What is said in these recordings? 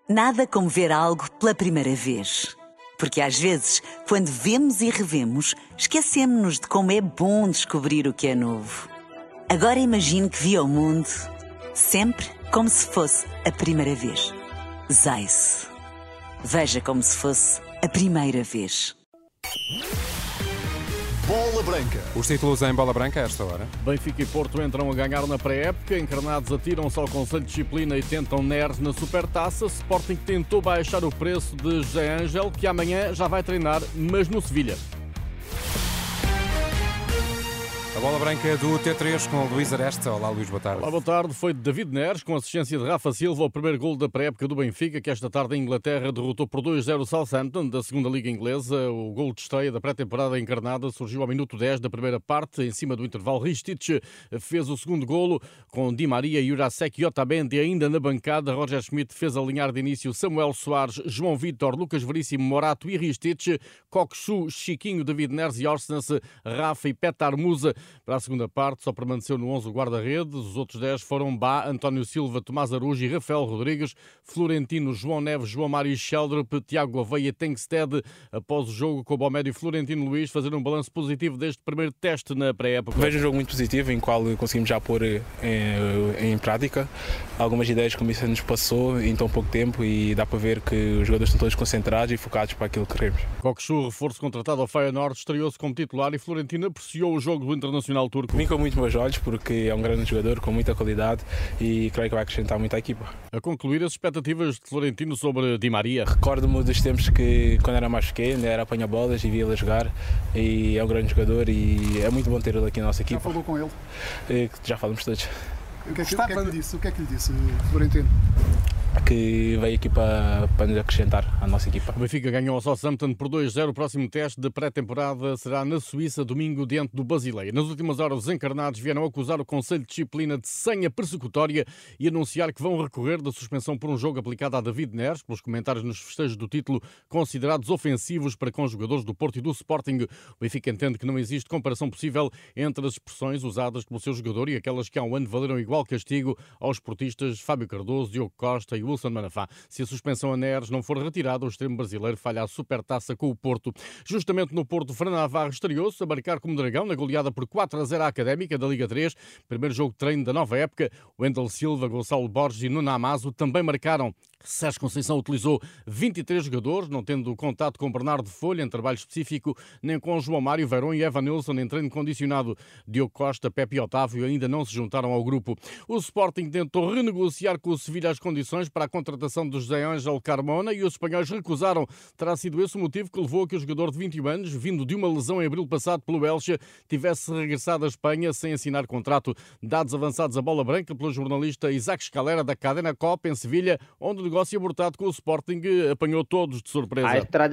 Nada como ver algo pela primeira vez. Porque às vezes, quando vemos e revemos, esquecemos-nos de como é bom descobrir o que é novo. Agora imagine que viu o mundo sempre como se fosse a primeira vez. Zais. Veja como se fosse a primeira vez. Bola Branca. Os títulos em Bola Branca a esta hora. Benfica e Porto entram a ganhar na pré-época. Encarnados atiram-se ao Conselho de Disciplina e tentam Neres na Supertaça. Sporting tentou baixar o preço de José Ángel, que amanhã já vai treinar, mas no Sevilha. A Bola Branca do T3 com Luís Areste. Olá, Luís, boa tarde. Olá, boa tarde. Foi de David Neres, com assistência de Rafa Silva, o primeiro golo da pré-época do Benfica, que esta tarde em Inglaterra derrotou por 2-0 o Southampton, da segunda Liga Inglesa. O golo de estreia da pré-temporada encarnada surgiu ao minuto 10 da primeira parte, em cima do intervalo. Ristich fez o segundo golo, com Di Maria, Jurasek e Otamendi ainda na bancada. Roger Schmidt fez alinhar de início Samuel Soares, João Vítor, Lucas Veríssimo, Morato e Ristich, Coxu, Chiquinho, David Neres e Orsnes, Rafa e Petar Musa. Para a segunda parte, só permaneceu no 11 o guarda-redes. Os outros 10 foram Bá, António Silva, Tomás Arujo e Rafael Rodrigues, Florentino, João Neves, João Mário Sheldrup, Tiago Gouveia e Tengsted. Após o jogo, com o Bomédio e Florentino Luís fazer um balanço positivo deste primeiro teste na pré-época. Vejo um jogo muito positivo, em qual conseguimos já pôr em prática algumas ideias que o Mister nos passou em tão pouco tempo, e dá para ver que os jogadores estão todos concentrados e focados para aquilo que queremos. Coxu, reforço contratado ao Feyenoord, estreou-se como titular e Florentino apreciou o jogo do Internacional turco. Vim com muito bons olhos, porque é um grande jogador com muita qualidade e creio que vai acrescentar muito à equipa. A concluir, as expectativas de Florentino sobre Di Maria. Recordo-me dos tempos que, quando era mais pequeno, era apanha-bolas e via-ele jogar, e é um grande jogador e é muito bom ter ele aqui na nossa equipa. Já falou com ele? Já falamos todos. O que é que lhe disse, Florentino? Que veio aqui para nos acrescentar à nossa equipa. O Benfica ganhou ao Southampton por 2-0. O próximo teste de pré-temporada será na Suíça, domingo, diante do Basileia. Nas últimas horas, os encarnados vieram acusar o Conselho de Disciplina de senha persecutória e anunciar que vão recorrer da suspensão por um jogo aplicado a David Neres, pelos comentários nos festejos do título considerados ofensivos para com os jogadores do Porto e do Sporting. O Benfica entende que não existe comparação possível entre as expressões usadas pelo seu jogador e aquelas que há um ano valeram igual castigo aos portistas Fábio Cardoso, Diogo Costa e Wilson Manafá. Se a suspensão a Neres não for retirada, o extremo brasileiro falha a Supertaça com o Porto. Justamente no Porto, Fran Navarro estreou-se a marcar como dragão na goleada por 4-0 à Académica da Liga 3. Primeiro jogo de treino da nova época. Wendel Silva, Gonçalo Borges e Nuno Amazo também marcaram. Sérgio Conceição utilizou 23 jogadores, não tendo contato com Bernardo Folha em trabalho específico, nem com João Mário Verón e Evanilson em treino condicionado. Diogo Costa, Pepe e Otávio ainda não se juntaram ao grupo. O Sporting tentou renegociar com o Sevilha as condições para a contratação de José Ángel Carmona e os espanhóis recusaram. Terá sido esse o motivo que levou a que o jogador de 21 anos, vindo de uma lesão em abril passado pelo Elche, tivesse regressado à Espanha sem assinar contrato. Dados avançados a Bola Branca pelo jornalista Isaac Escalera da Cadena COP em Sevilha, onde o negócio abortado com o Sporting apanhou todos de surpresa.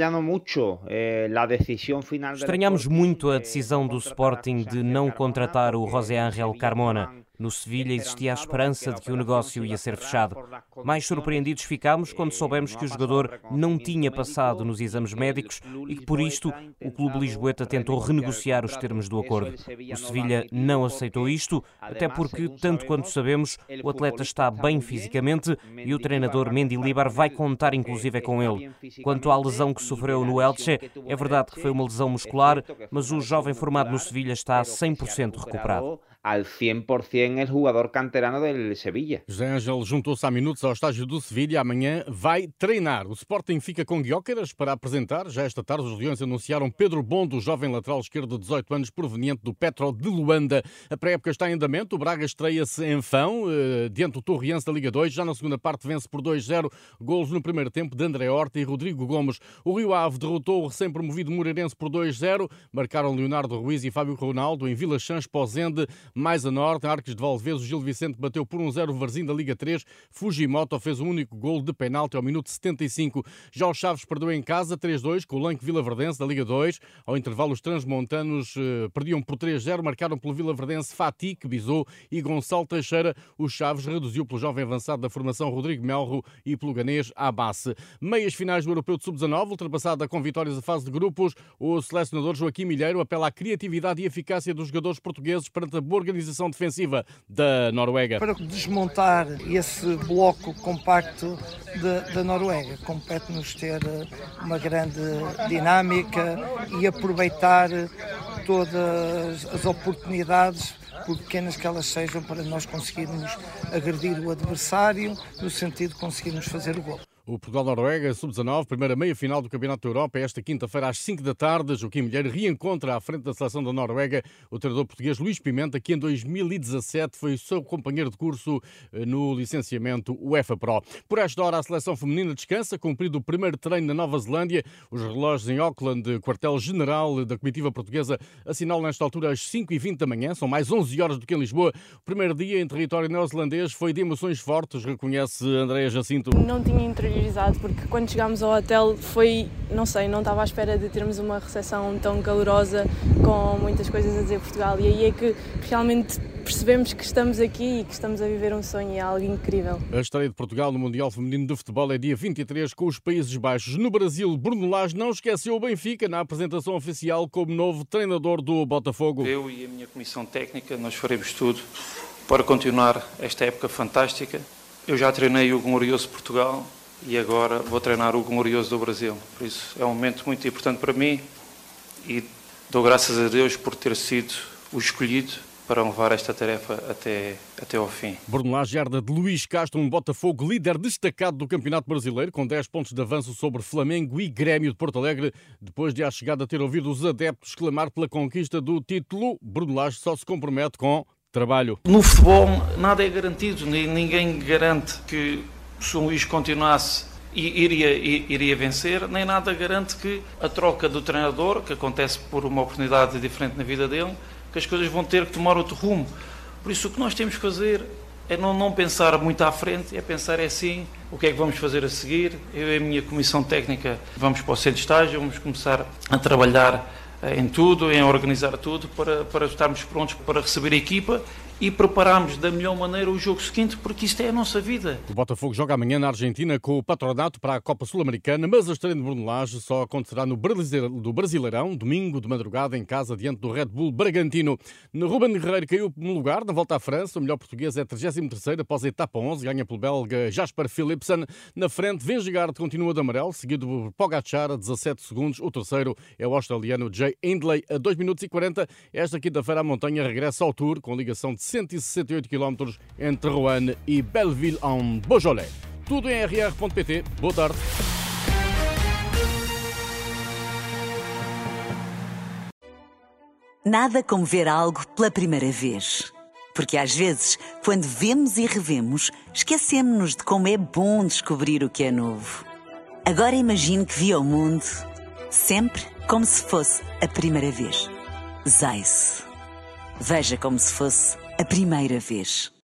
Estranhamos muito a decisão do Sporting de não contratar o José Ángel Carmona. No Sevilha existia a esperança de que o negócio ia ser fechado. Mais surpreendidos ficámos quando soubemos que o jogador não tinha passado nos exames médicos e que, por isto, o clube lisboeta tentou renegociar os termos do acordo. O Sevilha não aceitou isto, até porque, tanto quanto sabemos, o atleta está bem fisicamente e o treinador Mendilibar vai contar inclusive com ele. Quanto à lesão que sofreu no Elche, é verdade que foi uma lesão muscular, mas o jovem formado no Sevilha está 100% recuperado. Al 100% el jugador canterano del Sevilla. José Ángel juntou-se há minutos ao estágio do Sevilha. Amanhã vai treinar. O Sporting fica com Gyökeres para apresentar. Já esta tarde os Leões anunciaram Pedro Bondo, jovem lateral esquerdo de 18 anos, proveniente do Petro de Luanda. A pré-época está em andamento. O Braga estreia-se em Fão, diante do Torriense da Liga 2. Já na segunda parte vence por 2-0. Golos no primeiro tempo de André Horta e Rodrigo Gomes. O Rio Ave derrotou o recém-promovido Moreirense por 2-0. Marcaram Leonardo Ruiz e Fábio Ronaldo em Vila Chãs, Pozende. Mais a norte, Arques de Valdevez, o Gil Vicente bateu por 1-0 o Varzim da Liga 3. Fujimoto fez o único golo de penalti ao minuto 75. Já o Chaves perdeu em casa 3-2 com o Lanque Vilaverdense da Liga 2. Ao intervalo, os transmontanos perdiam por 3-0. Marcaram pelo Vilaverdense Fati, Bisou e Gonçalo Teixeira. O Chaves reduziu pelo jovem avançado da formação Rodrigo Melro e pelo ganês Abasse. Meias finais do Europeu de Sub-19, ultrapassada com vitórias a fase de grupos. O selecionador Joaquim Milheiro apela à criatividade e eficácia dos jogadores portugueses perante a boa boa organização defensiva da Noruega. Para desmontar esse bloco compacto da Noruega, compete-nos ter uma grande dinâmica e aproveitar todas as oportunidades, por pequenas que elas sejam, para nós conseguirmos agredir o adversário, no sentido de conseguirmos fazer o gol. O Portugal-Noruega, sub-19, primeira meia-final do Campeonato da Europa, esta quinta-feira às 5 da tarde. Joaquim Milheiro reencontra à frente da seleção da Noruega o treinador português Luís Pimenta, que em 2017 foi seu companheiro de curso no licenciamento UEFA Pro. Por esta hora, a seleção feminina descansa, cumprido o primeiro treino na Nova Zelândia. Os relógios em Auckland, quartel-general da comitiva portuguesa, assinalam nesta altura às 5h20 da manhã. São mais 11 horas do que em Lisboa. O primeiro dia em território neozelandês foi de emoções fortes, reconhece Andréa Jacinto. Não tinha interiorizado, porque quando chegámos ao hotel foi, não estava à espera de termos uma recepção tão calorosa, com muitas coisas a dizer Portugal, e aí é que realmente percebemos que estamos aqui e que estamos a viver um sonho, é algo incrível. A Eu e a minha comissão técnica, nós faremos tudo para continuar esta época fantástica. Eu já treinei o glorioso Portugal e agora vou treinar o glorioso do Brasil. Por isso é um momento muito importante para mim e dou graças a Deus por ter sido o escolhido para levar esta tarefa até ao fim. Bruno Lage herda de Luís Castro, um Botafogo líder destacado do Campeonato Brasileiro, com 10 pontos de avanço sobre Flamengo e Grêmio de Porto Alegre. Depois de à chegada ter ouvido os adeptos clamar pela conquista do título, Bruno Lage só se compromete com trabalho. No futebol nada é garantido, ninguém garante que o São Luís continuasse e iria vencer, nem nada garante que a troca do treinador, que acontece por uma oportunidade diferente na vida dele, que as coisas vão ter que tomar outro rumo. Por isso o que nós temos que fazer é não pensar muito à frente, é pensar assim, o que é que vamos fazer a seguir. Eu e a minha comissão técnica vamos para o centro de estágio, vamos começar a trabalhar em tudo, em organizar tudo, para estarmos prontos para receber a equipa e prepararmos da melhor maneira o jogo seguinte, porque isto é a nossa vida. O Botafogo joga amanhã na Argentina com o Patronato para a Copa Sul-Americana, mas a estreia de Bruno Lage só acontecerá no Brasileirão, domingo de madrugada, em casa, diante do Red Bull Bragantino. Ruben Guerreiro caiu no lugar na volta à França. O melhor português é 33º após a etapa 11, ganha pelo belga Jasper Philipsen. Na frente, Vingegaard continua de amarelo, seguido por Pogacar a 17 segundos. O terceiro é o australiano Jay Hindley a 2 minutos e 40. Esta quinta-feira a montanha regressa ao Tour, com ligação de 168 km entre Roanne e Belleville-en-Beaujolais. Tudo em rr.pt. Boa tarde. Nada como ver algo pela primeira vez. Porque às vezes, quando vemos e revemos, esquecemos-nos de como é bom descobrir o que é novo. Agora imagine que viu o mundo sempre como se fosse a primeira vez. Zais. Veja como se fosse a primeira vez.